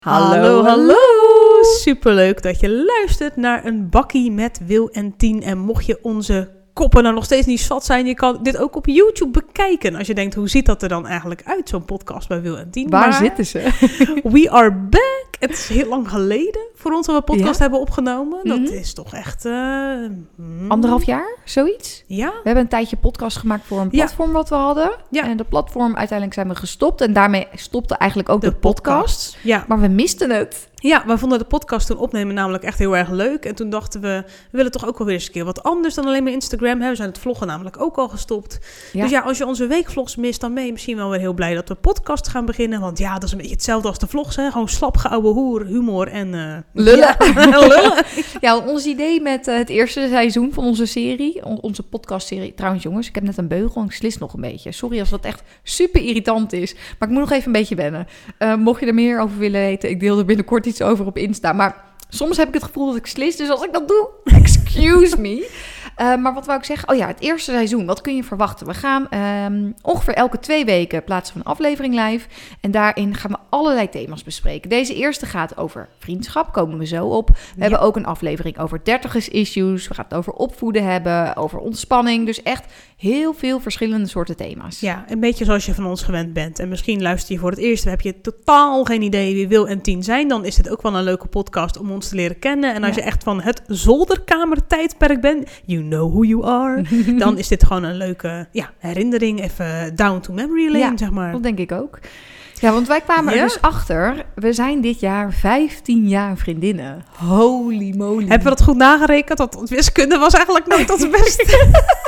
Hallo, hallo! Superleuk dat je luistert naar een bakkie met Wil en Tien. En mocht je onze koppen nou nog steeds niet zat zijn, je kan dit ook op YouTube bekijken. Als je denkt, hoe ziet dat er dan eigenlijk uit, zo'n podcast bij Wil en Tien? Waar zitten ze? We are back! Het is heel lang geleden voor ons dat we een podcast hebben opgenomen. Dat is toch echt... 1,5 jaar, zoiets? Ja. We hebben een tijdje podcast gemaakt voor een platform wat we hadden. Ja. En de platform uiteindelijk zijn we gestopt. En daarmee stopte eigenlijk ook de podcast. Ja. Maar we misten het. Ja, we vonden de podcast toen opnemen namelijk echt heel erg leuk. En toen dachten we willen toch ook wel weer eens een keer wat anders dan alleen maar Instagram. We zijn het vloggen namelijk ook al gestopt. Ja. Dus ja, als je onze weekvlogs mist, dan ben je misschien wel weer heel blij dat we podcast gaan beginnen. Want ja, dat is een beetje hetzelfde als de vlogs, hè. Gewoon slap geouwe hoer, humor en... lullen. Ja, lullen. Ja, ons idee met het eerste seizoen van onze serie, onze podcastserie. Trouwens jongens, ik heb net een beugel en ik slis nog een beetje. Sorry als dat echt super irritant is. Maar ik moet nog even een beetje wennen. Mocht je er meer over willen weten, ik deel er binnenkort iets over op Insta. Maar soms heb ik het gevoel dat ik slis. Dus als ik dat doe, excuse me. Maar wat wou ik zeggen? Oh ja, het eerste seizoen. Wat kun je verwachten? We gaan ongeveer elke 2 weken plaatsen we een aflevering live. En daarin gaan we allerlei thema's bespreken. Deze eerste gaat over vriendschap. Komen we zo op. We hebben ook een aflevering over 30'ers-issues. We gaan het over opvoeden hebben. Over ontspanning. Dus echt heel veel verschillende soorten thema's. Ja, een beetje zoals je van ons gewend bent. En misschien luister je voor het eerst. Heb je totaal geen idee wie Wil en Tien zijn. Dan is dit ook wel een leuke podcast om ons te leren kennen. En als je echt van het zolderkamertijdperk bent... You know who you are. Dan is dit gewoon een leuke herinnering. Even down to memory lane, zeg maar. Dat denk ik ook. Ja, want wij kwamen er dus achter. We zijn dit jaar 15 jaar vriendinnen. Holy moly. Hebben we dat goed nagerekend? Want wiskunde was eigenlijk nooit ons beste.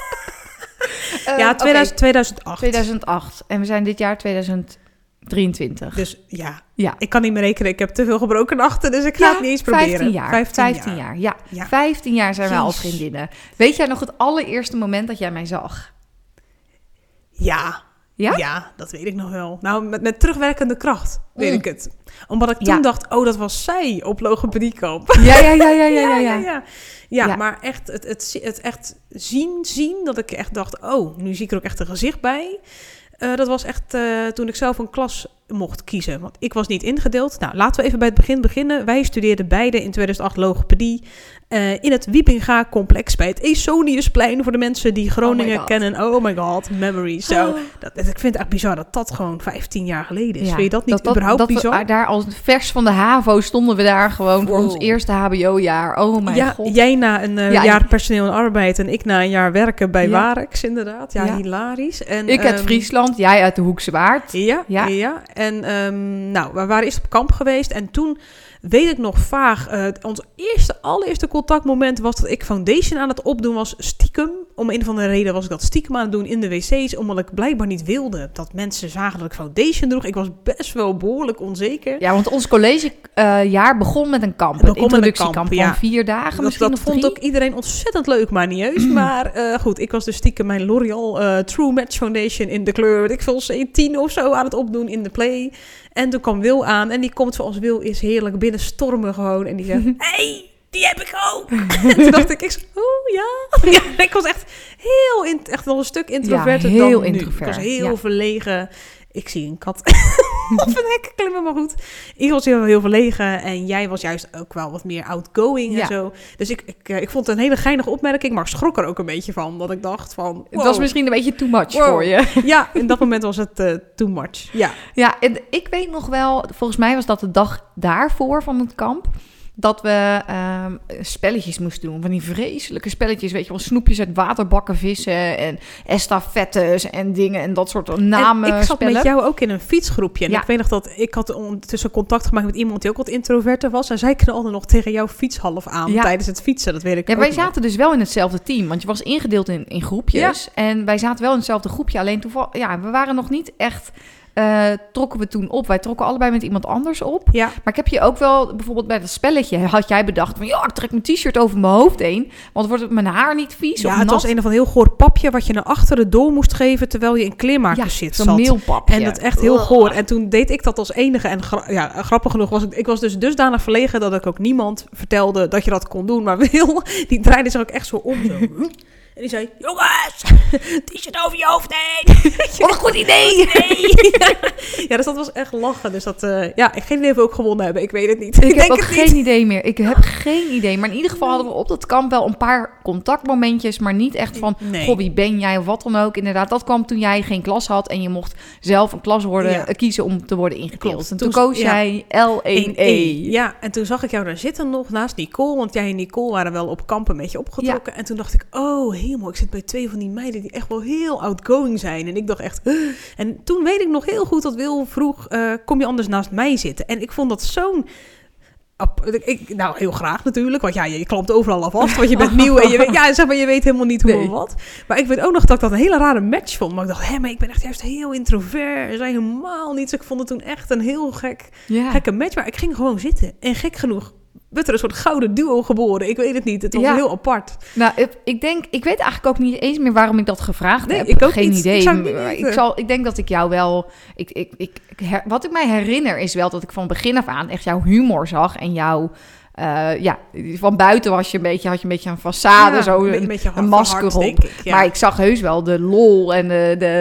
2008. 2008. En we zijn dit jaar 2023. Dus ja, ik kan niet meer rekenen. Ik heb te veel gebroken nachten, dus ik ga het niet eens proberen. 15 jaar. Ja. 15 jaar zijn we al vriendinnen. Weet jij nog het allereerste moment dat jij mij zag? Ja, dat weet ik nog wel. Nou, met terugwerkende kracht weet ik het. Omdat ik toen dacht, dat was zij op logopediekamp. Ja, maar echt het echt zien dat ik echt dacht, nu zie ik er ook echt een gezicht bij. Dat was echt toen ik zelf een klas mocht kiezen. Want ik was niet ingedeeld. Nou, laten we even bij het begin beginnen. Wij studeerden beide in 2008 logopedie. In het Wiepinga-complex bij het Esoniusplein. Voor de mensen die Groningen kennen. Oh my god, memories. Ik vind het echt bizar dat dat gewoon 15 jaar geleden is. Vind je dat niet überhaupt bizar? We daar als vers van de HAVO stonden we daar gewoon voor ons eerste HBO-jaar. Oh mijn god. Jij na een jaar personeel en arbeid en ik na een jaar werken bij Warex, inderdaad. Ja, hilarisch. En, ik uit Friesland, jij uit de Hoekse Waard. Ja. En we waren eerst op kamp geweest en toen weet ik nog vaag, ons allereerste contactmoment was dat ik foundation aan het opdoen was, stiekem. Om een of andere reden was ik dat stiekem aan het doen in de wc's, omdat ik blijkbaar niet wilde dat mensen zagen dat ik foundation droeg. Ik was best wel behoorlijk onzeker. Ja, want ons collegejaar begon met een kamp, een introductiekamp van 4 dagen misschien dat vond ook iedereen ontzettend leuk, maar niet heus. Maar goed, ik was dus stiekem mijn L'Oreal True Match Foundation in de kleur, weet ik veel, 10 of zo aan het opdoen in de play. En toen kwam Wil aan en die komt zoals Wil is heerlijk binnenstormen gewoon. En die zegt, hey, die heb ik ook. En toen dacht ik ik was echt echt wel een stuk introverter dan nu. Ik was heel verlegen. Ik zie een kat op een hek klimmen, maar goed. Ik was heel verlegen en jij was juist ook wel wat meer outgoing en zo. Dus ik vond het een hele geinige opmerking, maar schrok er ook een beetje van. Dat ik dacht van, wow. Het was misschien een beetje too much voor je. Ja, in dat moment was het too much. Ja, en ik weet nog wel, volgens mij was dat de dag daarvoor van het kamp, dat we spelletjes moesten doen. Van die vreselijke spelletjes, weet je wel. Snoepjes uit waterbakken vissen en estafettes en dingen en dat soort namen. En ik zat met jou ook in een fietsgroepje. En ik weet nog dat ik had ondertussen contact gemaakt met iemand die ook wat introverter was. En zij knalde nog tegen jouw fiets half aan tijdens het fietsen. Dat weet ik ook. Wij zaten dus wel in hetzelfde team. Want je was ingedeeld in groepjes. Ja. En wij zaten wel in hetzelfde groepje. Alleen toevallig, we waren nog niet echt... trokken we toen op. Wij trokken allebei met iemand anders op. Ja. Maar ik heb je ook wel, bijvoorbeeld bij dat spelletje, had jij bedacht van, ik trek mijn t-shirt over mijn hoofd heen, want wordt mijn haar niet vies of het nat? Was een of een heel goor papje wat je naar achteren door moest geven terwijl je in kleermakers zat. Zo'n meelpapje. En dat echt heel goor. En toen deed ik dat als enige. En grappig genoeg was ik was dus dusdanig verlegen dat ik ook niemand vertelde dat je dat kon doen. Maar Wil, die draaide zich ook echt zo om. Zo. En die zei, jongens, t-shirt over je hoofd heen. Wat een goed idee! Ja, dus dat was echt lachen. Dus dat, ik geen idee of we ook gewonnen hebben. Ik weet het niet. Ik heb ook geen idee meer. Ik heb geen idee. Maar in ieder geval hadden we op dat kamp wel een paar contactmomentjes, maar niet echt van, goh, wie ben jij of wat dan ook. Inderdaad, dat kwam toen jij geen klas had en je mocht zelf een klas kiezen om te worden ingedeeld. En toen koos jij L1E. Ja, en toen zag ik jou daar zitten nog naast Nicole, want jij en Nicole waren wel op kamp een beetje opgetrokken. Ja. En toen dacht ik, oh hemel, ik zit bij 2 van die meiden die echt wel heel outgoing zijn. En ik dacht echt, En toen weet ik nog heel goed dat Wil vroeg, kom je anders naast mij zitten? En ik vond dat zo'n... Nou, heel graag natuurlijk, want ja, je klampt overal al vast, want je bent nieuw en je weet helemaal niet hoe of wat. Maar ik weet ook nog dat ik dat een hele rare match vond. Maar ik dacht, maar ik ben echt juist heel introvert. Er zijn helemaal niets. Ik vond het toen echt een heel gekke match. Maar ik ging gewoon zitten. En gek genoeg werd er een soort gouden duo geboren. Ik weet het niet. Het was heel apart. Nou, ik weet eigenlijk ook niet eens meer waarom ik dat gevraagd heb. Ik ook geen niet. idee. Ik denk dat ik jou wel... wat ik mij herinner is wel dat ik van begin af aan echt jouw humor zag en jouw... van buiten had je een beetje een façade, zo een masker op. Maar ik zag heus wel de lol en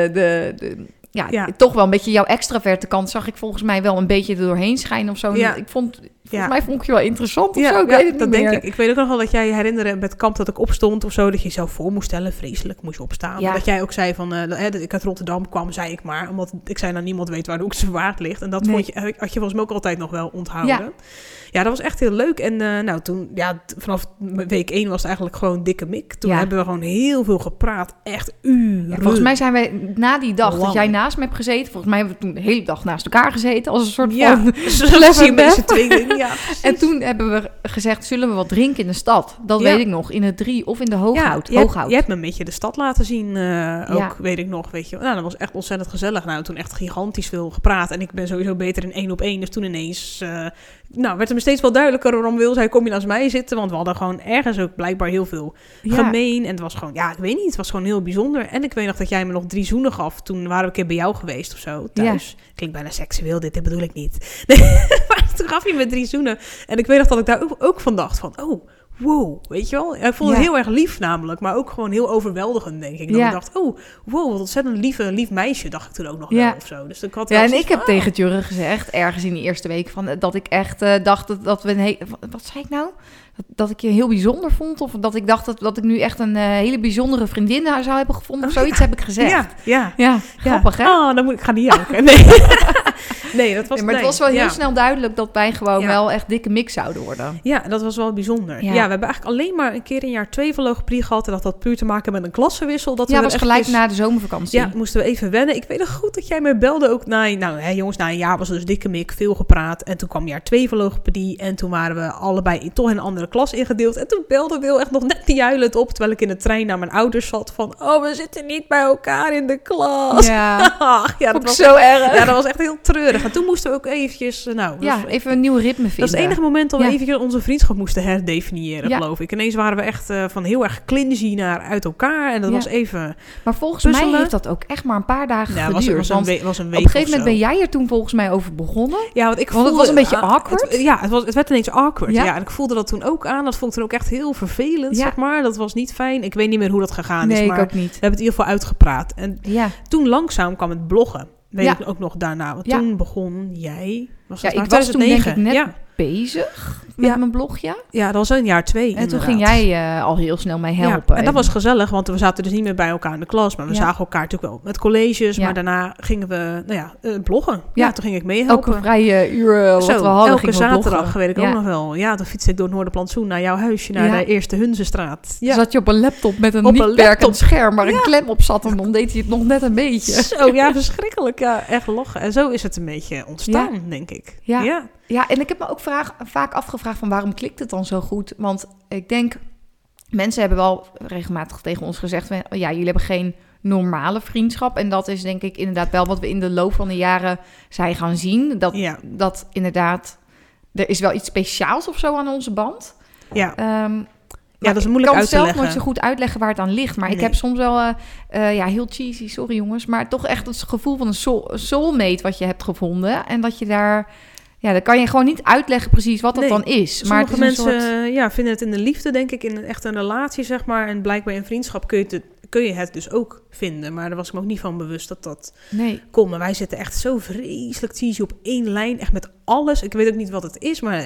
toch wel een beetje jouw extraverte kant zag ik volgens mij wel een beetje er doorheen schijnen of zo. Ja. Volgens mij vond ik je wel interessant of zo. Ik weet het niet meer. Denk ik. Ik weet ook nog wel dat jij herinnerde met kamp dat ik opstond of zo, dat je jezelf voor moest stellen. Vreselijk moest je opstaan. Ja. Dat jij ook zei van, ik uit Rotterdam kwam, zei ik maar. Omdat ik zei nou, niemand weet waar de Hoekse Waard ligt. En dat had je volgens mij ook altijd nog wel onthouden. Ja, dat was echt heel leuk. En toen, vanaf week 1 was het eigenlijk gewoon dikke mik. Toen hebben we gewoon heel veel gepraat. Echt uren. Ja, volgens mij zijn wij na die dag dat jij naast me hebt gezeten, volgens mij hebben we toen de hele dag naast elkaar gezeten. Als een soort van clever tweeling. Ja, en toen hebben we gezegd, zullen we wat drinken in de stad? Dat weet ik nog, in het 3 of in de Hooghout. Je hebt me een beetje de stad laten zien, weet ik nog. Weet je. Nou, dat was echt ontzettend gezellig. Nou, toen echt gigantisch veel gepraat. En ik ben sowieso beter in 1-op-1. Dus toen ineens... werd het me steeds wel duidelijker waarom Wil zei, kom je naast mij zitten? Want we hadden gewoon ergens ook blijkbaar heel veel gemeen. En het was gewoon, ik weet niet, het was gewoon heel bijzonder. En ik weet nog dat jij me nog 3 zoenen gaf. Toen waren we een keer bij jou geweest of zo, thuis. Ja. Klinkt bijna seksueel, dit bedoel ik niet. Nee, maar toen gaf je me 3 zoenen. En ik weet nog dat ik daar ook van dacht van, wow, weet je wel? Ik vond het heel erg lief namelijk, maar ook gewoon heel overweldigend, denk ik. Dat ik dacht, wow, wat ontzettend lief meisje, dacht ik toen ook nog wel of zo. Dus ik had en ik heb tegen Jurre gezegd, ergens in die eerste week, van dat ik echt dacht dat we wat zei ik nou? Dat ik je heel bijzonder vond, of dat ik dacht dat ik nu echt een hele bijzondere vriendin zou hebben gevonden, of zoiets heb ik gezegd. Ja, grappig, hè? Dan ga niet janken. Nee, dat was... maar het was wel heel snel duidelijk dat wij gewoon wel echt dikke mix zouden worden. Ja, dat was wel bijzonder. Ja, we hebben eigenlijk alleen maar een keer in jaar 2 van logopedie gehad, en dat had puur te maken met een klassenwissel. Dat was gelijk na de zomervakantie. Ja, moesten we even wennen. Ik weet nog goed dat jij me belde ook na een jaar was dus dikke mik, veel gepraat. En toen kwam jaar 2 van logopedie en toen waren we allebei toch in een andere klas ingedeeld. En toen belde Wil echt nog net niet huilend op, terwijl ik in de trein naar mijn ouders zat van, we zitten niet bij elkaar in de klas. Ja, dat was zo erg. Ja, dat was echt heel treurig. En toen moesten we ook eventjes, even een nieuw ritme vinden. Dat is het enige moment dat we eventjes onze vriendschap moesten herdefiniëren, geloof ik. Ineens waren we echt van heel erg clingy naar uit elkaar. En dat was even Maar volgens mij heeft dat ook echt maar een paar dagen geduurd. Was een week op een gegeven moment ben jij er toen volgens mij over begonnen. Ja, want het was een beetje awkward. Het werd ineens awkward. Ja, en ik voelde dat toen ook aan. Dat vond ik toen ook echt heel vervelend, zeg maar. Dat was niet fijn. Ik weet niet meer hoe dat gegaan is, maar ik ook niet. We hebben het in ieder geval uitgepraat. En toen langzaam kwam het bloggen. Weet ik ook nog daarna. Want toen begon jij... ik was toen denk ik net bezig met mijn blogje. Ja, dat was in jaar 2. En toen ging jij al heel snel mij helpen. Ja, en dat was gezellig, want we zaten dus niet meer bij elkaar in de klas. Maar we zagen elkaar natuurlijk wel met colleges. Ja. Maar daarna gingen we bloggen. Ja, toen ging ik meehelpen. Elke vrije uur wat we hadden, elke zaterdag, weet ik ook nog wel. Ja, toen fietste ik door Noorderplantsoen naar jouw huisje, naar de Eerste Hunzenstraat. Ja. Zat je op een laptop met een niet werkend scherm waar een klem op zat. En dan deed hij het nog net een beetje. Zo, ja, verschrikkelijk. Ja, echt lachen. En zo is het een beetje ontstaan, denk ik. Ja, en ik heb me ook vaak afgevraagd van waarom klikt het dan zo goed? Want ik denk, mensen hebben wel regelmatig tegen ons gezegd van, jullie hebben geen normale vriendschap. En dat is denk ik inderdaad wel wat we in de loop van de jaren zijn gaan zien. Dat inderdaad, er is wel iets speciaals of zo aan onze band. Ja. Dat is moeilijk uit te leggen. Ik kan zelf nooit zo goed uitleggen waar het aan ligt. Maar ik heb soms wel, heel cheesy, sorry jongens, maar toch echt het gevoel van een soulmate wat je hebt gevonden. En dat je daar... Ja, dan kan je gewoon niet uitleggen precies wat dat dan is. Sommige Maar het is mensen vinden het in de liefde, denk ik, in echt een relatie, zeg maar. En blijkbaar in vriendschap kun je het dus ook vinden. Maar daar was ik me ook niet van bewust dat kon. Maar wij zitten echt zo vreselijk cheesy op één lijn. Echt met alles. Ik weet ook niet wat het is, maar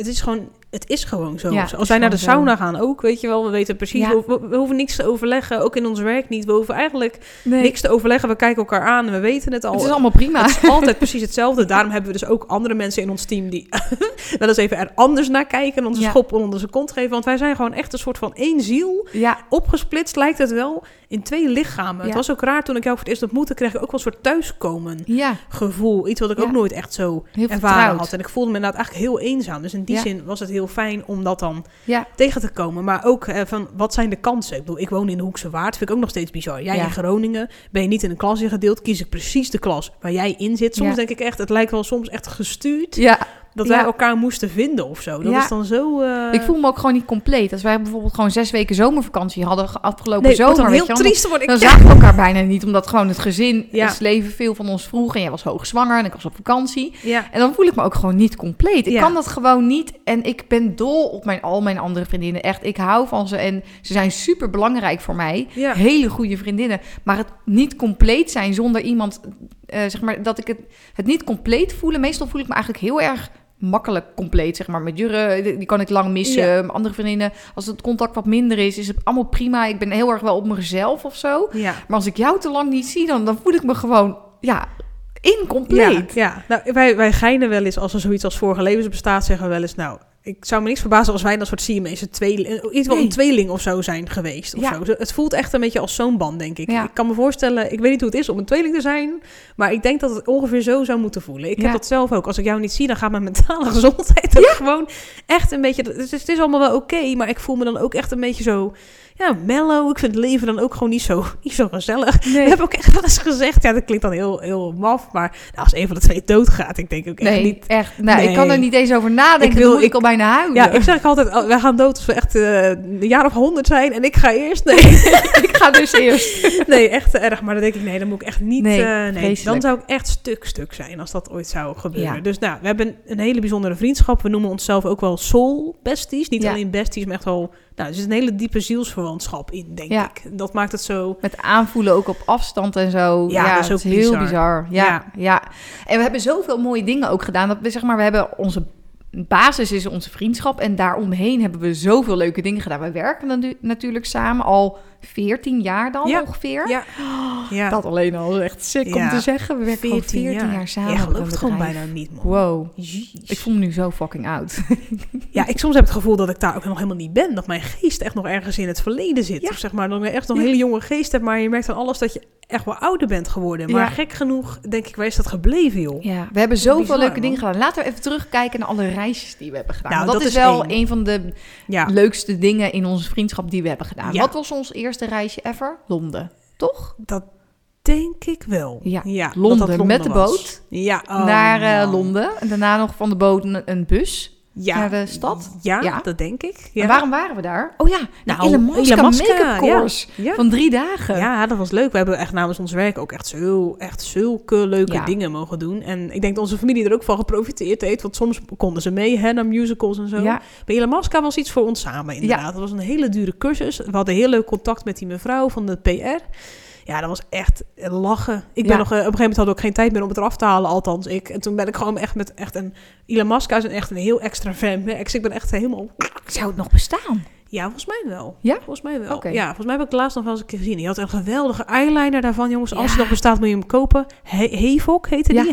het is gewoon zo. Ja, als wij naar de sauna gaan ook, weet je wel. We weten precies, we hoeven niks te overleggen. Ook in ons werk niet. We hoeven eigenlijk niks te overleggen. We kijken elkaar aan en we weten het al. Het is allemaal prima. Het is altijd precies hetzelfde. Daarom hebben we dus ook andere mensen in ons team die wel eens even er anders naar kijken en onze schop onder zijn kont geven. Want wij zijn gewoon echt een soort van één ziel. Ja. Opgesplitst lijkt het wel in 2 lichamen. Ja. Het was ook raar toen ik jou voor het eerst ontmoette, kreeg ik ook wel een soort thuiskomen gevoel. Iets wat ik ook nooit echt zo ervaren had. En ik voelde me inderdaad eigenlijk heel eenzaam. Dus in die zin was het heel fijn om dat dan tegen te komen. Maar ook van, wat zijn de kansen? Ik bedoel, ik woon in de Hoekse Waard. Vind ik ook nog steeds bizar. Jij in Groningen, ben je niet in een klas ingedeeld, kies ik precies de klas waar jij in zit. Soms denk ik echt, het lijkt wel soms echt gestuurd. Dat wij elkaar moesten vinden of zo. Dat is dan zo... Ik voel me ook gewoon niet compleet. Als wij bijvoorbeeld gewoon 6 weken zomervakantie hadden afgelopen zomer. Dan heel triest word ik. Dan zagen we elkaar bijna niet. Omdat gewoon het gezin, het leven veel van ons vroeg. En jij was hoogzwanger en ik was op vakantie. Ja. En dan voel ik me ook gewoon niet compleet. Ik kan dat gewoon niet. En ik ben dol op al mijn andere vriendinnen. Echt, ik hou van ze. En ze zijn super belangrijk voor mij. Ja. Hele goede vriendinnen. Maar het niet compleet zijn zonder iemand... zeg maar, dat ik het niet compleet voelen. Meestal voel ik me eigenlijk heel erg makkelijk compleet, zeg maar. Met Jurre, die kan ik lang missen. Mijn andere vriendinnen, als het contact wat minder is het allemaal prima. Ik ben heel erg wel op mezelf of zo. Ja. Maar als ik jou te lang niet zie, dan voel ik me gewoon, incompleet. Ja. Nou, wij geinen wel eens, als er zoiets als vorige levens bestaat, zeggen we wel eens, nou, ik zou me niks verbazen als wij dat soort Siamese een tweeling of zo zijn geweest. Of zo. Het voelt echt een beetje als zo'n band, denk ik. Ja. Ik kan me voorstellen, ik weet niet hoe het is om een tweeling te zijn, maar ik denk dat het ongeveer zo zou moeten voelen. Ik heb dat zelf ook. Als ik jou niet zie, dan gaat mijn mentale gezondheid ook gewoon echt een beetje... Het is allemaal wel oké, maar ik voel me dan ook echt een beetje zo... Ja, mellow. Ik vind het leven dan ook gewoon niet zo gezellig. Nee. We hebben ook echt wel eens gezegd... Ja, dat klinkt dan heel maf. Maar als een van de 2 doodgaat... Ik denk ook echt niet... Echt. Nou, ik kan er niet eens over nadenken. Ik al bijna huilen. Ja, ik zeg altijd... wij gaan dood als we echt een jaar of 100 zijn. En ik ga eerst. Nee. Ik ga dus eerst. Nee, echt te erg. Maar dan denk ik... Nee, dan moet ik echt niet... Nee, dan zou ik echt stuk zijn... Als dat ooit zou gebeuren. Ja. Dus nou, we hebben een hele bijzondere vriendschap. We noemen onszelf ook wel soul besties. Niet alleen besties, maar echt wel... Nou, er zit een hele diepe zielsverwantschap in, denk ik. Dat maakt het zo... Met aanvoelen ook op afstand en zo. Ja, dat is ook heel bizar. Ja. En we hebben zoveel mooie dingen ook gedaan. Dat we, zeg maar, we hebben onze basis is onze vriendschap. En daaromheen hebben we zoveel leuke dingen gedaan. We werken natuurlijk samen al 14 jaar dan ongeveer. Ja. Dat alleen al is echt sick om te zeggen. We werken al 14 jaar samen. Je gelooft gewoon bijna niet, man. Wow. Jeez. Ik voel me nu zo fucking oud. Ja, ik soms heb het gevoel dat ik daar ook nog helemaal niet ben. Dat mijn geest echt nog ergens in het verleden zit. Ja. Of zeg maar, dat ik echt nog een hele jonge geest heb. Maar je merkt aan alles dat je echt wel ouder bent geworden. Maar gek genoeg, denk ik, waar is dat gebleven, joh? Ja, we hebben zoveel leuke dingen gedaan. Laten we even terugkijken naar alle reisjes die we hebben gedaan. Nou, dat is wel een van de leukste dingen in onze vriendschap die we hebben gedaan. Ja. Wat was ons eerste reisje ever? Londen, toch? Dat denk ik wel. Ja. Londen met de boot naar Londen. En daarna nog van de boot een bus naar de stad. Ja, dat denk ik. Ja. En waarom waren we daar? Oh ja, Elon Musk make-up course van 3 dagen. Ja, dat was leuk. We hebben echt namens ons werk ook echt zulke leuke dingen mogen doen. En ik denk dat onze familie er ook van geprofiteerd heeft. Want soms konden ze mee naar musicals en zo. Ja. Bij Elon Musk was iets voor ons samen, inderdaad. Dat was een hele dure cursus. We hadden heel leuk contact met die mevrouw van de PR. Ja, dat was echt lachen. Ik ben nog op een gegeven moment had ik ook geen tijd meer om het eraf te halen, althans ik. En toen ben ik gewoon echt met een Elon Musk is echt een heel extra fan. Ik ben echt helemaal... Zou het nog bestaan? Ja, volgens mij wel. Ja? Volgens mij wel. Okay. Ja, volgens mij heb ik het laatst nog wel eens een keer gezien. Die had een geweldige eyeliner daarvan, jongens. Als het nog bestaat, moet je hem kopen. Havok heette die.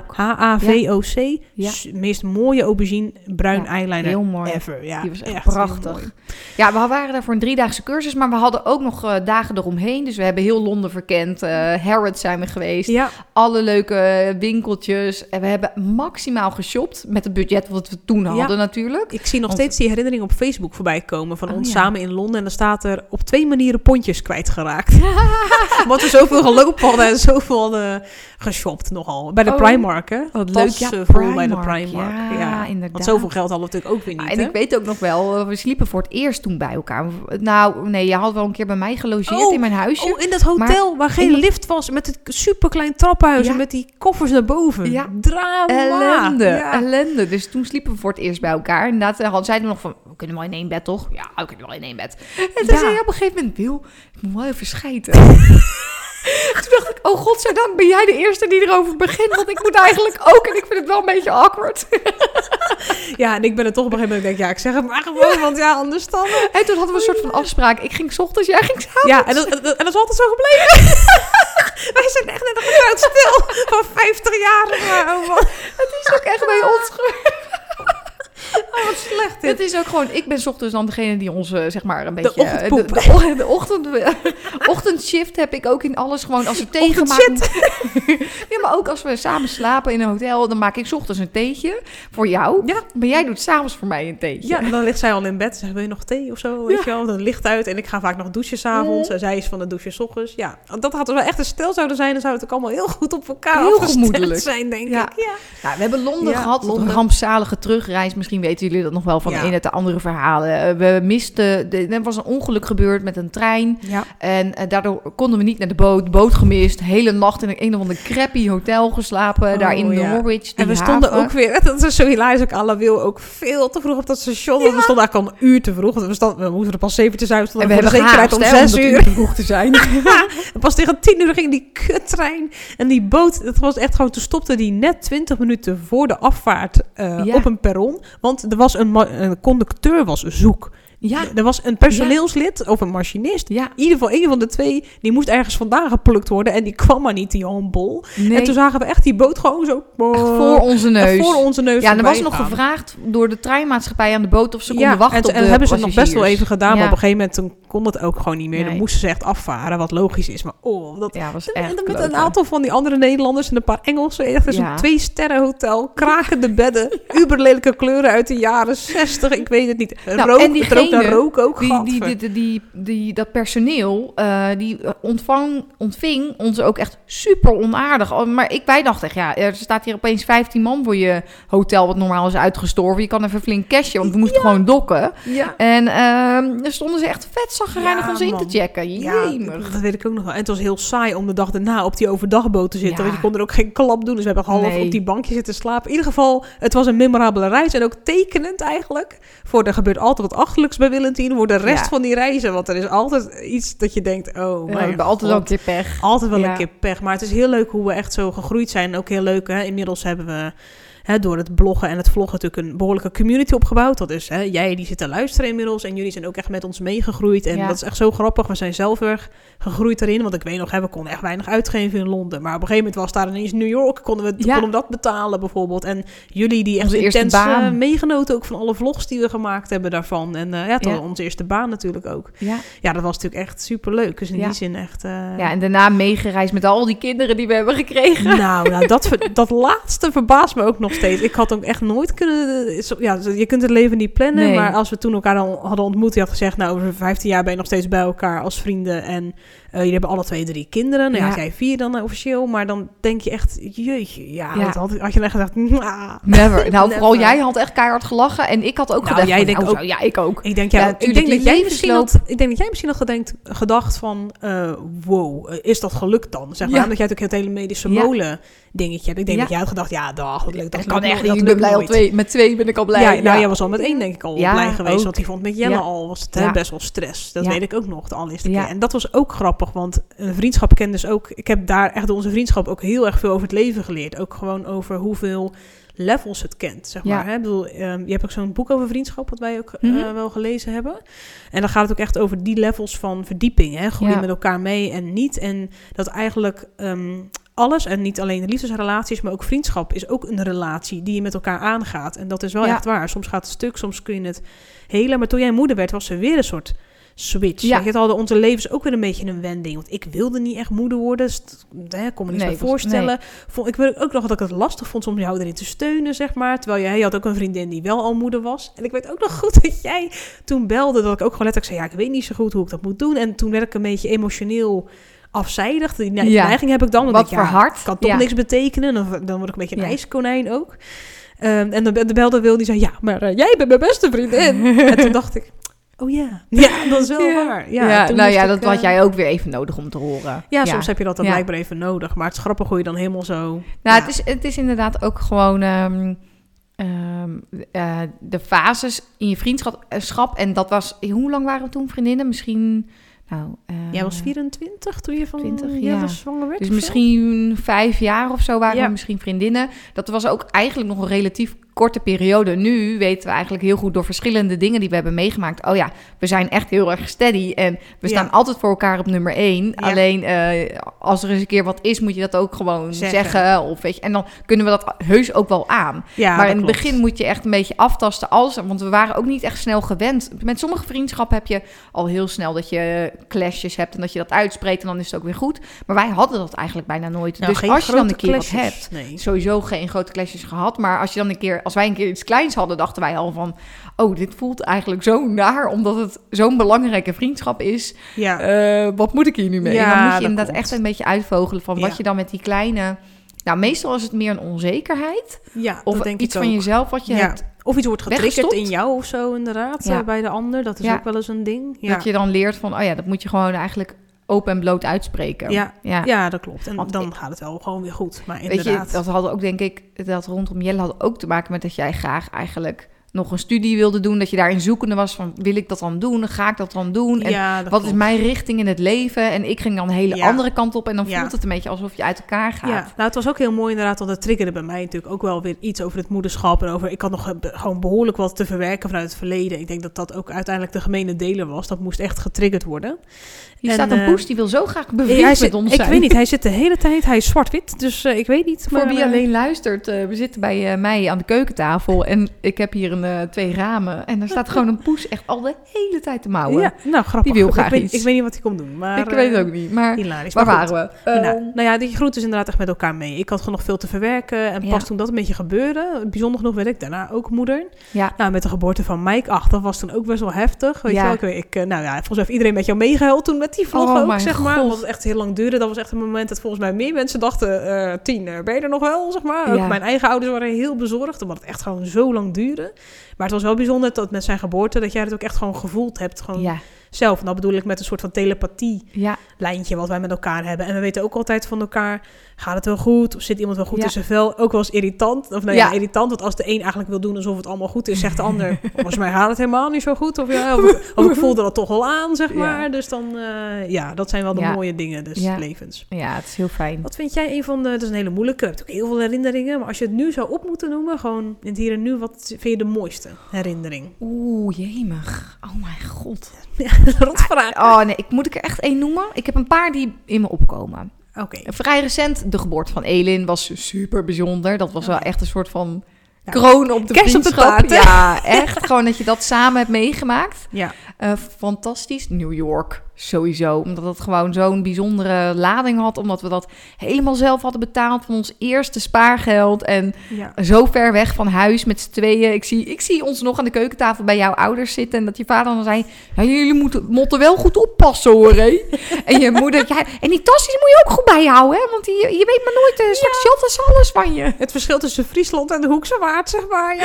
H-A-V-O-C. Ja. Meest mooie aubergine bruin eyeliner heel mooi. Ever. Ja, die was echt prachtig. Ja, we waren daar voor een 3-daagse cursus, maar we hadden ook nog dagen eromheen. Dus we hebben heel Londen verkend. Harrods zijn we geweest. Ja. Alle leuke winkeltjes. En we hebben maximaal geshopt met het budget wat we toen hadden natuurlijk. Ik zie nog steeds die herinnering op Facebook voorbij komen van ons samen in Londen. En dan staat er op 2 manieren pondjes kwijtgeraakt. Want we zoveel gelopen hadden en zoveel hadden geshopt nogal. Bij de Primark, hè? Wat leuk, vol bij de Primark. Ja, inderdaad. Want zoveel geld hadden we natuurlijk ook weer niet, En ik weet ook nog wel, we sliepen voor het eerst toen bij elkaar. Nou, nee, je had wel een keer bij mij gelogeerd in mijn huisje. In dat hotel waar geen lift was, met het superklein trappenhuis en met die koffers naar boven. Ja. Drama. Ellende. Dus toen sliepen we voor het eerst bij elkaar. Inderdaad, zeiden we nog van, we kunnen wel in één bed, toch? Ja, we kunnen wel in één bed. En toen zei je op een gegeven moment, Wil, ik moet wel even schijten. Toen dacht ik, oh godzijdank ben jij de eerste die erover begint. Want ik moet eigenlijk ook. En ik vind het wel een beetje awkward. Ja, en ik ben er toch op een gegeven moment, ik zeg het maar gewoon, want anders dan. En toen hadden we een soort van afspraak. Ik ging 's ochtends, jij ging 's avonds. Ja, en dat is altijd zo gebleven. Wij zijn echt net een getrouwd stil van 50 jaar. Het is ook echt bij ons geweest. Oh, wat slecht dit. Het is ook gewoon, ik ben 's ochtends dan degene die ons, zeg maar, een beetje... De ochtendshift heb ik ook in alles gewoon als er thee gemaakt. Ja, maar ook als we samen slapen in een hotel, dan maak ik 's ochtends een theetje voor jou. Ja. Maar jij doet 's avonds voor mij een theetje. Ja, en dan ligt zij al in bed. Zegt, wil je nog thee of zo? Weet je wel? Dan licht uit en ik ga vaak nog douchen 's avonds. En zij is van de douche 's ochtends. Ja, dat had wel echt een stel zouden zijn. Dan zou het ook allemaal heel goed op elkaar heel gemoedelijk zijn, denk ik. Ja. Nou, we hebben Londen gehad. Een rampzalige terugreis. Misschien weten jullie dat nog wel van een uit de andere verhalen. We misten... Er was een ongeluk gebeurd met een trein. Ja. En daardoor konden we niet naar de boot. Boot gemist. Hele nacht in een of ander crappy hotel geslapen. Daar in Norwich. En we stonden ook weer... Dat is zo hilarisch. Ook Alla Wil ook veel te vroeg op dat station. Ja. We stonden eigenlijk al een uur te vroeg. We moesten er pas 7 uit. En we hebben zekerheid om 6 uur te vroeg te zijn. En pas tegen 10 uur ging die kuttrein. En die boot, dat was echt gewoon... Toen stopte die net 20 minuten voor de afvaart op een perron. Want er was een conducteur was zoek. Ja. Er was een personeelslid of een machinist. Ja. In ieder geval een van de twee. Die moest ergens vandaan geplukt worden. En die kwam maar niet, die Jan Bol. Nee. En toen zagen we echt die boot gewoon zo... voor onze neus. Voor onze neus. Ja, en er was nog gevraagd door de treinmaatschappij aan de boot... of ze konden wachten op de en hebben ze het nog best wel even gedaan. Maar op een gegeven moment toen kon het ook gewoon niet meer. Dan moesten ze echt afvaren. Wat logisch is. Maar dat was echt met een aantal van die andere Nederlanders en een paar Engelsen. Echt zo'n 2-sterren hotel. Krakende bedden. Uberlelijke kleuren uit de jaren 60. Ik weet het niet. Rook ook. Dat personeel, die ontving ons ook echt super onaardig. Maar wij dachten echt, er staat hier opeens 15 man voor je hotel, wat normaal is uitgestorven. Je kan even flink cashen, want we moesten gewoon dokken. Ja. En er stonden ze echt vet zagrijnig ons in te checken. Jemig. Dat weet ik ook nog wel. En het was heel saai om de dag daarna op die overdagboot te zitten. Want je kon er ook geen klap doen. Dus we hebben half op die bankje zitten slapen. In ieder geval, het was een memorabele reis. En ook tekenend eigenlijk. Er gebeurt altijd wat achterlijks bij Willentien voor de rest van die reizen. Want er is altijd iets dat je denkt, oh we hebben altijd wel een keer pech. Altijd wel een keer pech. Maar het is heel leuk hoe we echt zo gegroeid zijn. En ook heel leuk, inmiddels hebben we... door het bloggen en het vloggen natuurlijk een behoorlijke community opgebouwd. Dat is, jij die zit te luisteren inmiddels. En jullie zijn ook echt met ons meegegroeid. En dat is echt zo grappig. We zijn zelf erg gegroeid erin. Want ik weet nog, we konden echt weinig uitgeven in Londen. Maar op een gegeven moment was daar ineens New York. Konden we dat betalen bijvoorbeeld. En jullie die echt intens meegenoten ook van alle vlogs die we gemaakt hebben daarvan. En tot onze eerste baan natuurlijk ook. Ja, dat was natuurlijk echt superleuk. Dus in die zin echt... Ja, en daarna meegereisd met al die kinderen die we hebben gekregen. Nou dat laatste verbaast me ook nog steeds. Ik had ook echt nooit kunnen... Ja, je kunt het leven niet plannen. Nee. Maar als we toen elkaar dan hadden ontmoet... Je had gezegd, nou, over 15 jaar ben je nog steeds bij elkaar als vrienden. En jullie hebben alle 2-3 kinderen. Nou ja, jij 4 dan officieel. Maar dan denk je echt, jeetje. Ja. Dat had je dan gezegd... Never. Nou, vooral jij had echt keihard gelachen. En ik had ook gedacht... Jij denkt ook, ja, ik ook. Ik denk dat jij misschien had gedacht van... wow, is dat gelukt dan? Zeg maar. Omdat jij natuurlijk het hele medische molen dingetje hebt. Ik denk dat jij had gedacht, dat leuk. Dat kan echt niet. Ik ben blij al met 2 ben ik al blij. Ja, nou, jij was al met 1 denk ik al blij geweest. Ook. Want die vond met Jelle al was het best wel stress. Dat weet ik ook nog de allereerste keer. En dat was ook grappig, want een vriendschap kent dus ook... Ik heb daar echt door onze vriendschap ook heel erg veel over het leven geleerd. Ook gewoon over hoeveel levels het kent, zeg maar. Hè? Ik bedoel, je hebt ook zo'n boek over vriendschap, wat wij ook wel gelezen hebben. En dan gaat het ook echt over die levels van verdieping. Hè? Groeien met elkaar mee en niet. En dat eigenlijk... alles, en niet alleen de liefdesrelaties, maar ook vriendschap is ook een relatie die je met elkaar aangaat. En dat is wel echt waar. Soms gaat het stuk, soms kun je het helen. Maar toen jij moeder werd, was er weer een soort switch. Ja. Weet je, hadden onze levens ook weer een beetje een wending. Want ik wilde niet echt moeder worden. Dus kon me niet zo voorstellen. Ik weet ook nog dat ik het lastig vond om jou erin te steunen, zeg maar. Terwijl jij had ook een vriendin die wel al moeder was. En ik weet ook nog goed dat jij toen belde, dat ik ook gewoon letterlijk zei, ja, ik weet niet zo goed hoe ik dat moet doen. En toen werd ik een beetje emotioneel afzijdig. Die neiging heb ik dan. Wat verhard. Kan toch niks betekenen. Dan word ik een beetje een ijskonijn ook. En de belde Wil, die zei, ja, maar jij bent mijn beste vriendin. En toen dacht ik, oh ja, dat is wel waar. Dat had jij ook weer even nodig om te horen. Ja, soms heb je dat dan blijkbaar even nodig. Maar het is grappig hoe je dan helemaal zo... Nou, het is inderdaad ook gewoon de fases in je vriendschap. En dat was... Hoe lang waren we toen vriendinnen? Misschien... jij was 24 toen je van 20, zwanger werd? Dus misschien 5 jaar of zo waren we misschien vriendinnen. Dat was ook eigenlijk nog een relatief korte periode. Nu weten we eigenlijk heel goed door verschillende dingen die we hebben meegemaakt. Oh ja, we zijn echt heel erg steady en we staan altijd voor elkaar op nummer 1. Ja. Alleen als er eens een keer wat is, moet je dat ook gewoon zeggen. Of weet je, en dan kunnen we dat heus ook wel aan. Ja, maar in het begin moet je echt een beetje aftasten. Want we waren ook niet echt snel gewend. Met sommige vriendschappen heb je al heel snel dat je clashes hebt en dat je dat uitspreekt en dan is het ook weer goed. Maar wij hadden dat eigenlijk bijna nooit. Nou, dus als je dan een keer clashes, wat hebt, sowieso geen grote clashes gehad. Maar als wij een keer iets kleins hadden, dachten wij al van, oh, dit voelt eigenlijk zo naar, omdat het zo'n belangrijke vriendschap is. Ja. Wat moet ik hier nu mee? Ja, en dan moet je inderdaad echt een beetje uitvogelen van wat je dan met die kleine... Nou, meestal is het meer een onzekerheid. Ja, of denk iets ik van ook. Jezelf wat je hebt. Of iets wordt getriggerd in jou of zo, inderdaad, bij de ander. Dat is ook wel eens een ding. Ja. Dat je dan leert van, dat moet je gewoon eigenlijk open en bloot uitspreken. Ja, dat klopt. En dan gaat het wel gewoon weer goed. Maar inderdaad. Weet je, dat had ook, denk ik, dat rondom Jelle had ook te maken met dat jij graag eigenlijk nog een studie wilde doen, dat je daarin zoekende was van, wil ik dat dan doen? Ga ik dat dan doen? En wat is mijn richting in het leven? En ik ging dan een hele andere kant op en dan voelt het een beetje alsof je uit elkaar gaat. Ja, nou, het was ook heel mooi inderdaad, want het triggerde bij mij natuurlijk ook wel weer iets over het moederschap en over, ik had nog gewoon behoorlijk wat te verwerken vanuit het verleden. Ik denk dat dat ook uiteindelijk de gemene deler was. Dat moest echt getriggerd worden. Hier staat een Poes, die wil zo graag bevriend met ons zijn. Ik weet niet, hij zit de hele tijd, hij is zwart-wit, dus ik weet niet. Voor wie alleen luistert, we zitten bij mij aan de keukentafel en ik heb hier 2 ramen en daar staat gewoon een Poes echt al de hele tijd te mouwen. Ja, nou grappig. Die wil graag iets. Ik weet niet wat hij komt doen, maar... Ik weet het ook niet, maar hilarisch. Waar waren we? Die groet is inderdaad echt met elkaar mee. Ik had gewoon nog veel te verwerken en pas toen dat een beetje gebeurde, bijzonder genoeg werd ik daarna ook moeder. Ja. Nou, met de geboorte van Mike 8, dat was toen ook best wel heftig. Weet je wel? Volgens mij heeft iedereen met jou meegehuild toen met die vlog ook, zeg maar. Omdat het echt heel lang duurde. Dat was echt een moment dat volgens mij meer mensen dachten, 10, ben je er nog wel, zeg maar. Ook mijn eigen ouders waren heel bezorgd, omdat het echt gewoon zo lang duurde. Maar het was wel bijzonder dat met zijn geboorte, dat jij het ook echt gewoon gevoeld hebt. Gewoon zelf. En dat bedoel ik met een soort van telepathie-lijntje wat wij met elkaar hebben. En we weten ook altijd van elkaar, gaat het wel goed? Of zit iemand wel goed in zijn vel? Ook wel eens irritant. Of irritant, want als de een eigenlijk wil doen alsof het allemaal goed is, zegt de ander, volgens mij gaat het helemaal niet zo goed. Of ik voelde dat toch wel aan, zeg maar. Dus dan, dat zijn wel de mooie dingen des levens. Ja, het is heel fijn. Wat vind jij een van de, dat is een hele moeilijke, je hebt ook heel veel herinneringen, maar als je het nu zou op moeten noemen, gewoon in het hier en nu, wat vind je de mooiste herinnering? Oeh, jemig. Oh mijn god. Rotvraag. Moet ik er echt 1 noemen? Ik heb een paar die in me opkomen. Okay. Vrij recent, de geboorte van Elin was super bijzonder. Dat was wel echt een soort van kroon op de vriendschap. Ja, echt. Gewoon dat je dat samen hebt meegemaakt. Ja. Fantastisch. New York, sowieso. Omdat het gewoon zo'n bijzondere lading had. Omdat we dat helemaal zelf hadden betaald van ons eerste spaargeld. En zo ver weg van huis met z'n tweeën. Ik zie ons nog aan de keukentafel bij jouw ouders zitten. En dat je vader dan zei, jullie moeten wel goed oppassen hoor. Hè? En je moeder, en die tasjes moet je ook goed bijhouden. Hè? Want je weet maar nooit, straks jatten ze alles van je. Het verschil tussen Friesland en de Hoekse Waard, zeg maar.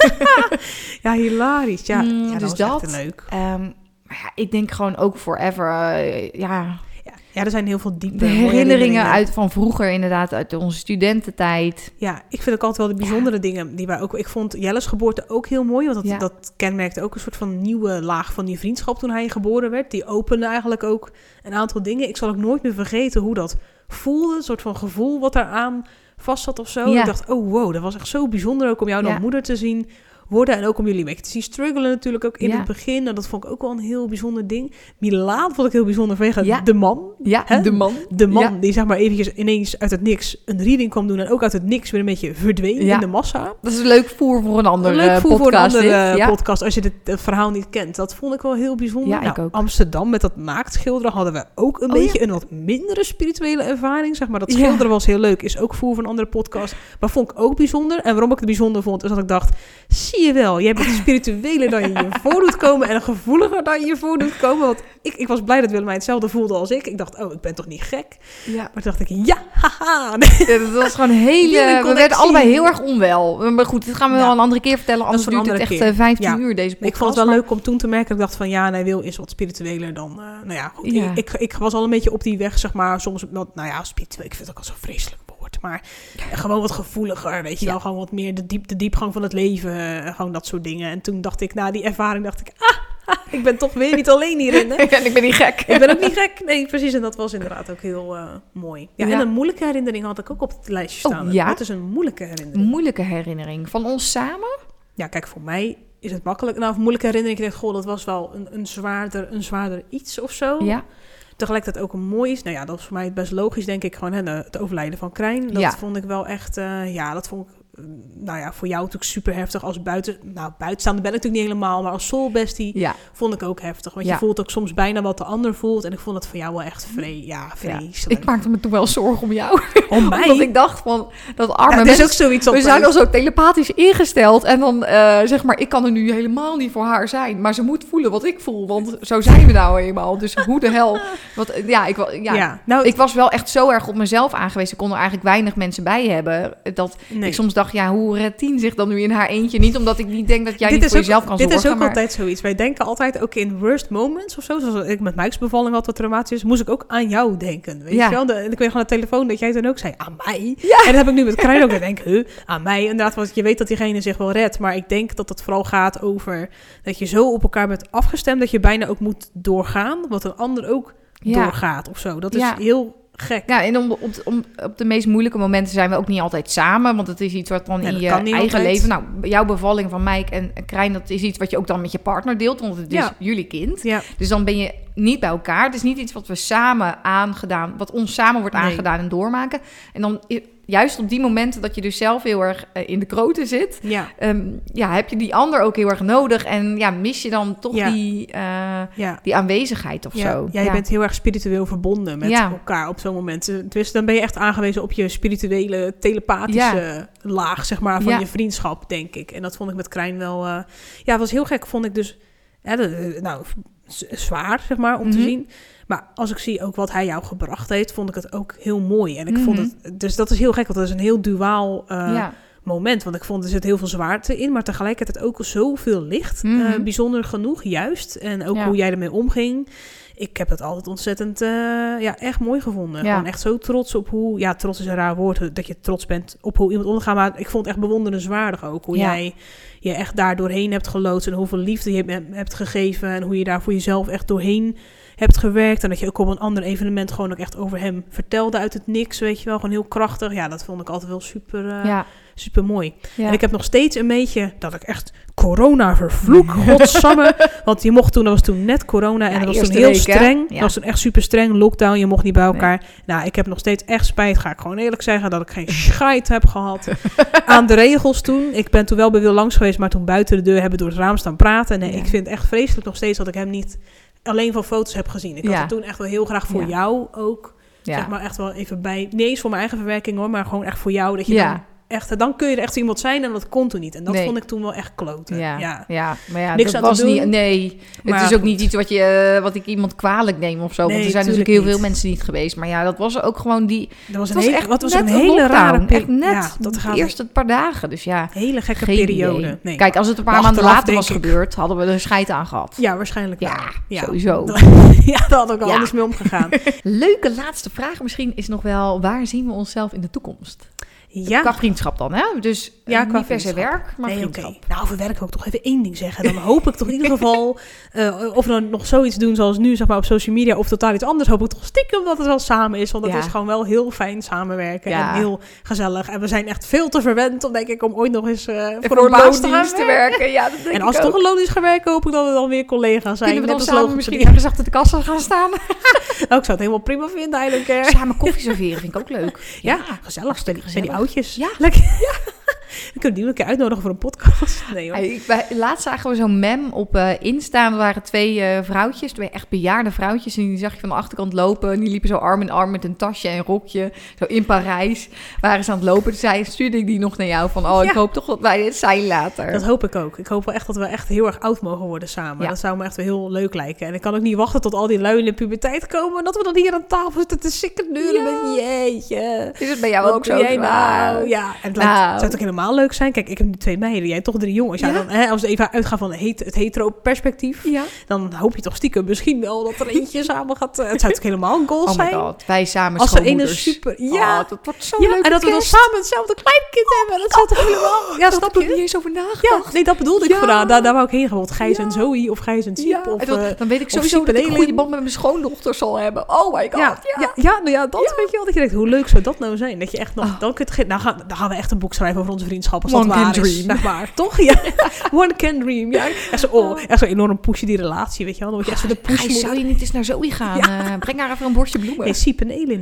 Ja, hilarisch. Ja, dus dat was echt leuk. Maar ik denk gewoon ook forever, Ja, er zijn heel veel diepe de herinneringen uit van vroeger, inderdaad, uit onze studententijd. Ja, ik vind ook altijd wel de bijzondere dingen die wij ook... Ik vond Jelle's geboorte ook heel mooi, want dat kenmerkte ook een soort van nieuwe laag van die vriendschap toen hij geboren werd. Die opende eigenlijk ook een aantal dingen. Ik zal ook nooit meer vergeten hoe dat voelde, een soort van gevoel wat daaraan vast zat of zo. Ik dacht, oh wow, dat was echt zo bijzonder ook om jou dan moeder te zien. worden. En ook om jullie een beetje te zien struggelen natuurlijk ook in Ja. het begin. En dat vond ik ook wel een heel bijzonder ding. Milaan vond ik heel bijzonder vanwege Ja. de man. Ja, Hè? de man. De man Ja. die zeg maar eventjes ineens uit het niks een reading kwam doen. En ook uit het niks weer een beetje verdween Ja. in de massa. Dat is een leuk voer voor een andere Leuk voer voor een podcast. andere dit. Ja. podcast als je dit verhaal niet kent. Dat vond ik wel heel bijzonder. Ja, ik ook. Amsterdam met dat naaktschilderen hadden we ook een Oh, beetje een wat mindere spirituele ervaring. Zeg maar dat schilderen was heel leuk. Is ook voer van een andere podcast. Maar vond ik ook bijzonder. En waarom ik het bijzonder vond is dat ik dacht, zie je wel, jij bent spiritueler dan je je voor doet komen en gevoeliger dan je je voor doet komen. Want ik was blij dat Willemijn hetzelfde voelde als ik. Ik dacht, oh, ik ben toch niet gek? Ja. Maar toen dacht ik, ja, haha. Ja, dat was gewoon Hele we connectie. werden allebei heel erg onwel. Maar goed, dit gaan we wel Nou, een andere keer vertellen. Anders dat is duurt een het echt andere keer. 15 Ja. uur, deze podcast. Ik vond het wel leuk om toen te merken. Ik dacht van, ja, nee, Wil is wat spiritueler dan... nou ja, goed. Ja. Ik was al een beetje op die weg, zeg maar. Soms, nou ja, spiritueel. Ik vind het ook al zo vreselijk woord. Maar gewoon wat gevoeliger, weet je Ja. wel. Gewoon wat meer de diepgang van het leven. Gewoon dat soort dingen. En toen dacht ik, na die ervaring dacht ik... ik ben toch weer niet alleen hierin, hè? En ik ben niet gek. Ik ben ook niet gek. Nee, precies. En dat was inderdaad ook heel mooi. Ja, Ja. en een moeilijke herinnering had ik ook op het lijstje staan. Oh, ja? Wat is een moeilijke Een herinnering? moeilijke herinnering. Van ons samen? Ja, kijk, voor mij is het makkelijk. Nou, een moeilijke herinnering. Ik denk, goh, dat was wel een zwaarder iets of zo. Ja. Tegelijkertijd ook een mooi is. Nou ja, dat was voor mij best logisch, denk ik. Gewoon het overlijden van Krijn. Dat Ja. vond ik wel echt... dat vond ik... nou ja, voor jou natuurlijk super heftig als buitenstaander ben ik natuurlijk niet helemaal, maar als soulbestie Ja. vond ik ook heftig. Want Ja. je voelt ook soms bijna wat de ander voelt. En ik vond het voor jou wel echt vreselijk. Ik maakte me toen wel zorgen om jou. Om mij? Omdat ik dacht van, dat arme het is mensen... ook zoiets op We zijn al zo telepathisch ingesteld. En dan zeg maar, ik kan er nu helemaal niet voor haar zijn. Maar ze moet voelen wat ik voel. Want zo zijn we nou eenmaal. Dus hoe de hel. Want, ik was wel echt zo erg op mezelf aangewezen. Ik kon er eigenlijk weinig mensen bij hebben. Dat ik soms dacht, ja, hoe redt Tien zich dan nu in haar eentje? Niet omdat ik niet denk dat jij niet voor jezelf kan zorgen. Dit is ook maar... altijd zoiets. Wij denken altijd ook in worst moments of zo. Zoals ik met Mike's bevalling had wat traumatisch is. Moest ik ook aan jou denken. Weet je wel? En ik weet gewoon aan de telefoon dat jij toen ook zei, aan mij? Ja. En dat heb ik nu met Krijn ook. Ik denk, aan mij? Inderdaad, want je weet dat diegene zich wel redt. Maar ik denk dat het vooral gaat over dat je zo op elkaar bent afgestemd dat je bijna ook moet doorgaan. Wat een ander ook doorgaat of zo. Dat is heel gek. Ja, en op de meest moeilijke momenten zijn we ook niet altijd samen. Want het is iets wat dan in je eigen leven... Nou, jouw bevalling van Mike en Krijn, dat is iets wat je ook dan met je partner deelt. Want het is jullie kind. Ja. Dus dan ben je niet bij elkaar. Het is niet iets wat we samen aangedaan... Wat ons samen wordt aangedaan en doormaken. En dan... Juist op die momenten dat je dus zelf heel erg in de kroten zit... heb je die ander ook heel erg nodig. En mis je dan toch die aanwezigheid of zo. Ja, je bent heel erg spiritueel verbonden met elkaar op zo'n moment. Dus dan ben je echt aangewezen op je spirituele, telepathische laag, zeg maar, van je vriendschap, denk ik. En dat vond ik met Krijn wel... het was heel gek, vond ik dus... zwaar, zeg maar, om te zien... Maar als ik zie ook wat hij jou gebracht heeft, vond ik het ook heel mooi. En ik vond het... Dus dat is heel gek, want dat is een heel duaal moment. Want ik vond er zit heel veel zwaarte in, maar tegelijkertijd ook zoveel licht. Bijzonder genoeg, juist. En ook hoe jij ermee omging. Ik heb het altijd ontzettend echt mooi gevonden. Gewoon echt zo trots op hoe... Ja, trots is een raar woord, dat je trots bent op hoe iemand omgaat. Maar ik vond het echt bewonderenswaardig ook. Hoe jij je echt daar doorheen hebt geloodst en hoeveel liefde je hebt gegeven. En hoe je daar voor jezelf echt doorheen hebt gewerkt. En dat je ook op een ander evenement gewoon ook echt over hem vertelde uit het niks. Weet je wel, gewoon heel krachtig. Ja, dat vond ik altijd wel super mooi. Ja. En ik heb nog steeds een beetje dat ik echt corona vervloek. Godsamme. Want je mocht toen, dat was toen net corona. En dat was toen heel streng. Dat was toen echt super streng. Lockdown, je mocht niet bij elkaar. Nee. Nou, ik heb nog steeds echt spijt, ga ik gewoon eerlijk zeggen, dat ik geen scheid heb gehad aan de regels toen. Ik ben toen wel bij Wil langs geweest, maar toen buiten de deur hebben door het raam staan praten. Nee, ik vind het echt vreselijk nog steeds dat ik hem niet alleen van foto's heb gezien. Ik had het toen echt wel heel graag voor jou ook. Zeg maar echt wel even bij, niet eens voor mijn eigen verwerking hoor, maar gewoon echt voor jou. Dat je dan kun je er echt iemand zijn en dat kon toen niet. En dat vond ik toen wel echt kloten. Maar ja, niks dat aan was te doen. niet. Nee, Maar het is ook niet iets wat ik iemand kwalijk neem of zo. Nee, want er zijn natuurlijk heel veel mensen niet geweest. Maar ja, dat was ook gewoon die. Dat was een hele rare periode. Echt net de eerste paar dagen. Dus ja, hele gekke periode. Nee. Kijk, als het een paar maanden later was gebeurd, hadden we er scheid aan gehad. Ja, waarschijnlijk wel. Ja, sowieso. Ja, daar had ik al anders mee omgegaan. Leuke laatste vraag misschien is nog wel, waar zien we onszelf in de toekomst? Ja. Qua vriendschap dan, hè? Dus Ja, qua niet per se vriendschap. werk, maar Nee, vriendschap. oké. Nou, over werk wil ik toch even 1 ding zeggen. Dan hoop ik toch in ieder geval... of we dan nog zoiets doen zoals nu, zeg maar, op social media... of totaal iets anders, hoop ik toch stiekem dat het wel samen is. Want het Ja. is gewoon wel heel fijn samenwerken. Ja. En heel gezellig. En we zijn echt veel te verwend om, denk ik, om ooit nog eens voor Voor een baas te gaan loondienst te werken. Ja, dat denk En als ik het ook. toch een loondienst gaan werken, hoop ik dat we dan weer collega's zijn. Kunnen we dan Net als samen logopedie. misschien ergens achter de kassa gaan staan? Ik zou het helemaal prima vinden, eigenlijk. Samen koffie serveren vind ik ook leuk. Ja, gezellig. Bij die gezellig. oudjes. Ja. Lekker. Dan kunnen die een keer uitnodigen voor een podcast. Nee, hoor. Laatst zagen we zo'n mem op Insta. Er waren 2 vrouwtjes, 2 echt bejaarde vrouwtjes. En die zag je van de achterkant lopen. En die liepen zo arm in arm met een tasje en een rokje. Zo in Parijs waren ze aan het lopen. Toen stuurde ik die nog naar jou van... ik hoop toch dat wij dit zijn later. Dat hoop ik ook. Ik hoop wel echt dat we echt heel erg oud mogen worden samen. Ja. Dat zou me echt wel heel leuk lijken. En ik kan ook niet wachten tot al die lui in de puberteit komen... en dat we dan hier aan tafel zitten te sikkenduren met jeetje. Is het bij jou Wat ook doe zo jij zwaar? nou? Ja, en het Nou. zou toch helemaal leuk zijn? Kijk, ik heb nu 2 meiden, jij toch 3 jongens. Ja, Ja. dan, als we even uitgaan van het hetero perspectief... Ja. dan hoop je toch stiekem misschien wel dat er eentje samen gaat... het zou toch helemaal een goal Oh my zijn? god, wij samen Als er ene schoonmoeders. super... Ja, dat wordt zo ja leuk. en dat we dan samen hetzelfde kleinkind hebben. Dat zou toch helemaal... Ja, snap Ik heb er niet je? eens over Ja, nagedacht. nee, dat bedoelde ik Ja. vandaan. Daar wou ik heen. Bijvoorbeeld Gijs en Ja. Zoe of Gijs en Siep. Ja, Of, en dan weet ik of sowieso Siep dat en ik een goede Elin. band met mijn schoondochter zal hebben. Oh my god, Nou ja, dat weet je wel. Dat je denkt, hoe leuk zou dat nou zijn? Dat je echt nog... Dan, dan gaan we echt een boek schrijven over onze vriendschap. Als One dat can waar is. dream. Zeg maar. Toch? Ja. One can dream. Ja. Echt zo enorm pushen die relatie, weet je wel. Dan word je echt zo de push Gijs, zou je niet eens naar Zoe gaan? Breng haar even een bordje bloemen. Nee, Siep en Elin.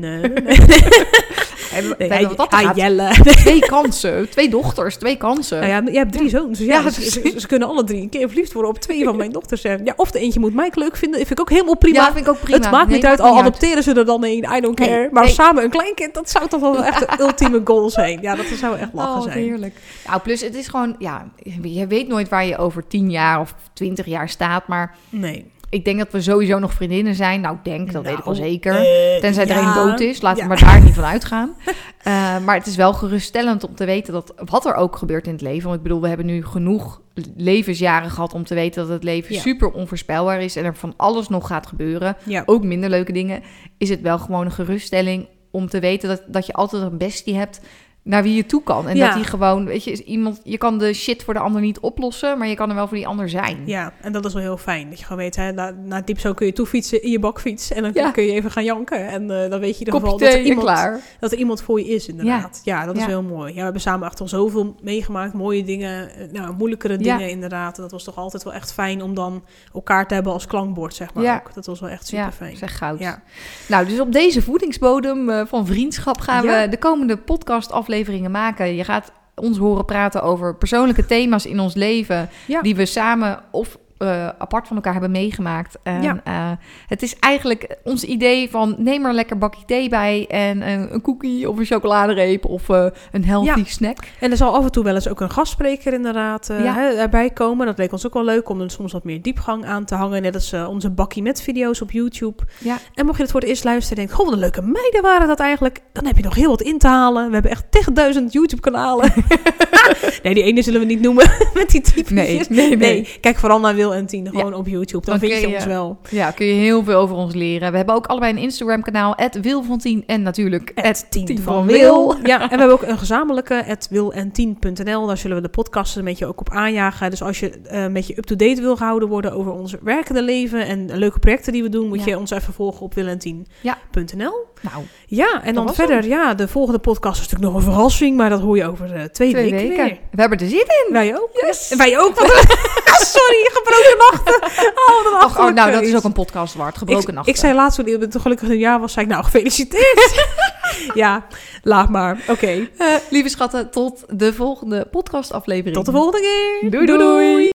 We hebben wat dat gaat. Jelle. 2 kansen. 2 dochters, 2 kansen. Nou ja, jij hebt 3 zoons. Dus Ja, ja, precies. ze kunnen alle 3 een keer verliefd worden op 2 van mijn dochters. Ja, of de eentje moet Mike leuk vinden. Vind ik ook helemaal prima. Ja, vind ik ook prima. Het maakt Nee, niet uit, maakt al niet adopteren ze er dan een. I don't care. Nee, maar nee. samen een kleinkind, dat zou toch wel echt de ultieme goal zijn. Ja, dat zou echt lachen wat zijn. heerlijk. Nou, plus het is gewoon... Ja, je weet nooit waar je over 10 jaar of 20 jaar staat. Maar Nee. ik denk dat we sowieso nog vriendinnen zijn. Nou, dat weet ik wel zeker. Tenzij er ja. een dood is. Laten we Ja. maar daar niet van uitgaan. Maar het is wel geruststellend om te weten dat wat er ook gebeurt in het leven. Want ik bedoel, we hebben nu genoeg levensjaren gehad om te weten dat het leven Ja. super onvoorspelbaar is. En er van alles nog gaat gebeuren. Ja. Ook minder leuke dingen. Is het wel gewoon een geruststelling om te weten dat je altijd een bestie hebt naar wie je toe kan. En Ja. dat die gewoon, weet je, iemand, je kan de shit voor de ander niet oplossen, maar je kan er wel voor die ander zijn. Ja, en dat is wel heel fijn. Dat je gewoon weet, hè, na diepzo kun je toefietsen in je bakfiets. En dan Ja. kun je even gaan janken. En dan weet je in ieder Kopje geval thee dat en klaar. er iemand voor je is, inderdaad. Ja, dat is Ja. heel mooi. Ja, we hebben samen echt al zoveel meegemaakt. Mooie dingen, moeilijkere Ja. dingen inderdaad. En dat was toch altijd wel echt fijn om dan elkaar te hebben als klankbord, zeg maar Ja. ook. Dat was wel echt super fijn. Ja, zeg goud. Ja. Nou, dus op deze voedingsbodem van vriendschap gaan Ja. we de komende podcastafleveringen maken. Je gaat ons horen praten over persoonlijke thema's in ons leven Ja. die we samen of apart van elkaar hebben meegemaakt. En, Ja. het is eigenlijk ons idee van neem er een lekker bakje thee bij en een cookie of een chocoladereep of een healthy snack. En er zal af en toe wel eens ook een gastspreker inderdaad Ja. erbij komen. Dat leek ons ook wel leuk om er soms wat meer diepgang aan te hangen. Net als onze bakkie met video's op YouTube. Ja. En mocht je het voor het eerst luisteren en denken, goh, wat een leuke meiden waren dat eigenlijk. Dan heb je nog heel wat in te halen. We hebben echt 10.000 YouTube kanalen. Nee, die ene zullen we niet noemen met die typetjes. Nee, kijk vooral naar Wil en Tien, gewoon op YouTube. Dan vind je ons wel. Ja, kun je heel veel over ons leren. We hebben ook allebei een Instagram-kanaal, @Wil-van-Tien en natuurlijk @Tien van Wil. Ja, en we hebben ook een gezamenlijke, @WilEnTien.nl. Daar zullen we de podcasts een beetje ook op aanjagen. Dus als je een beetje up-to-date wil gehouden worden over ons werkende leven en leuke projecten die we doen, moet je ons even volgen op WilEnTien.nl. Nou, Ja, en dan was verder, de volgende podcast is natuurlijk nog een verrassing, maar dat hoor je over 2 weken weer. We hebben er zin in. Wij ook. Yes. En wij ook. Sorry, gebroken nachten. Nou, dat is ook een podcast waard. Gebroken nachten. Ik zei laatst, toen het gelukkig een jaar was, zei ik, nou, gefeliciteerd. Ja, laat maar. Oké. Lieve schatten, tot de volgende podcastaflevering. Tot de volgende keer. Doei, doei.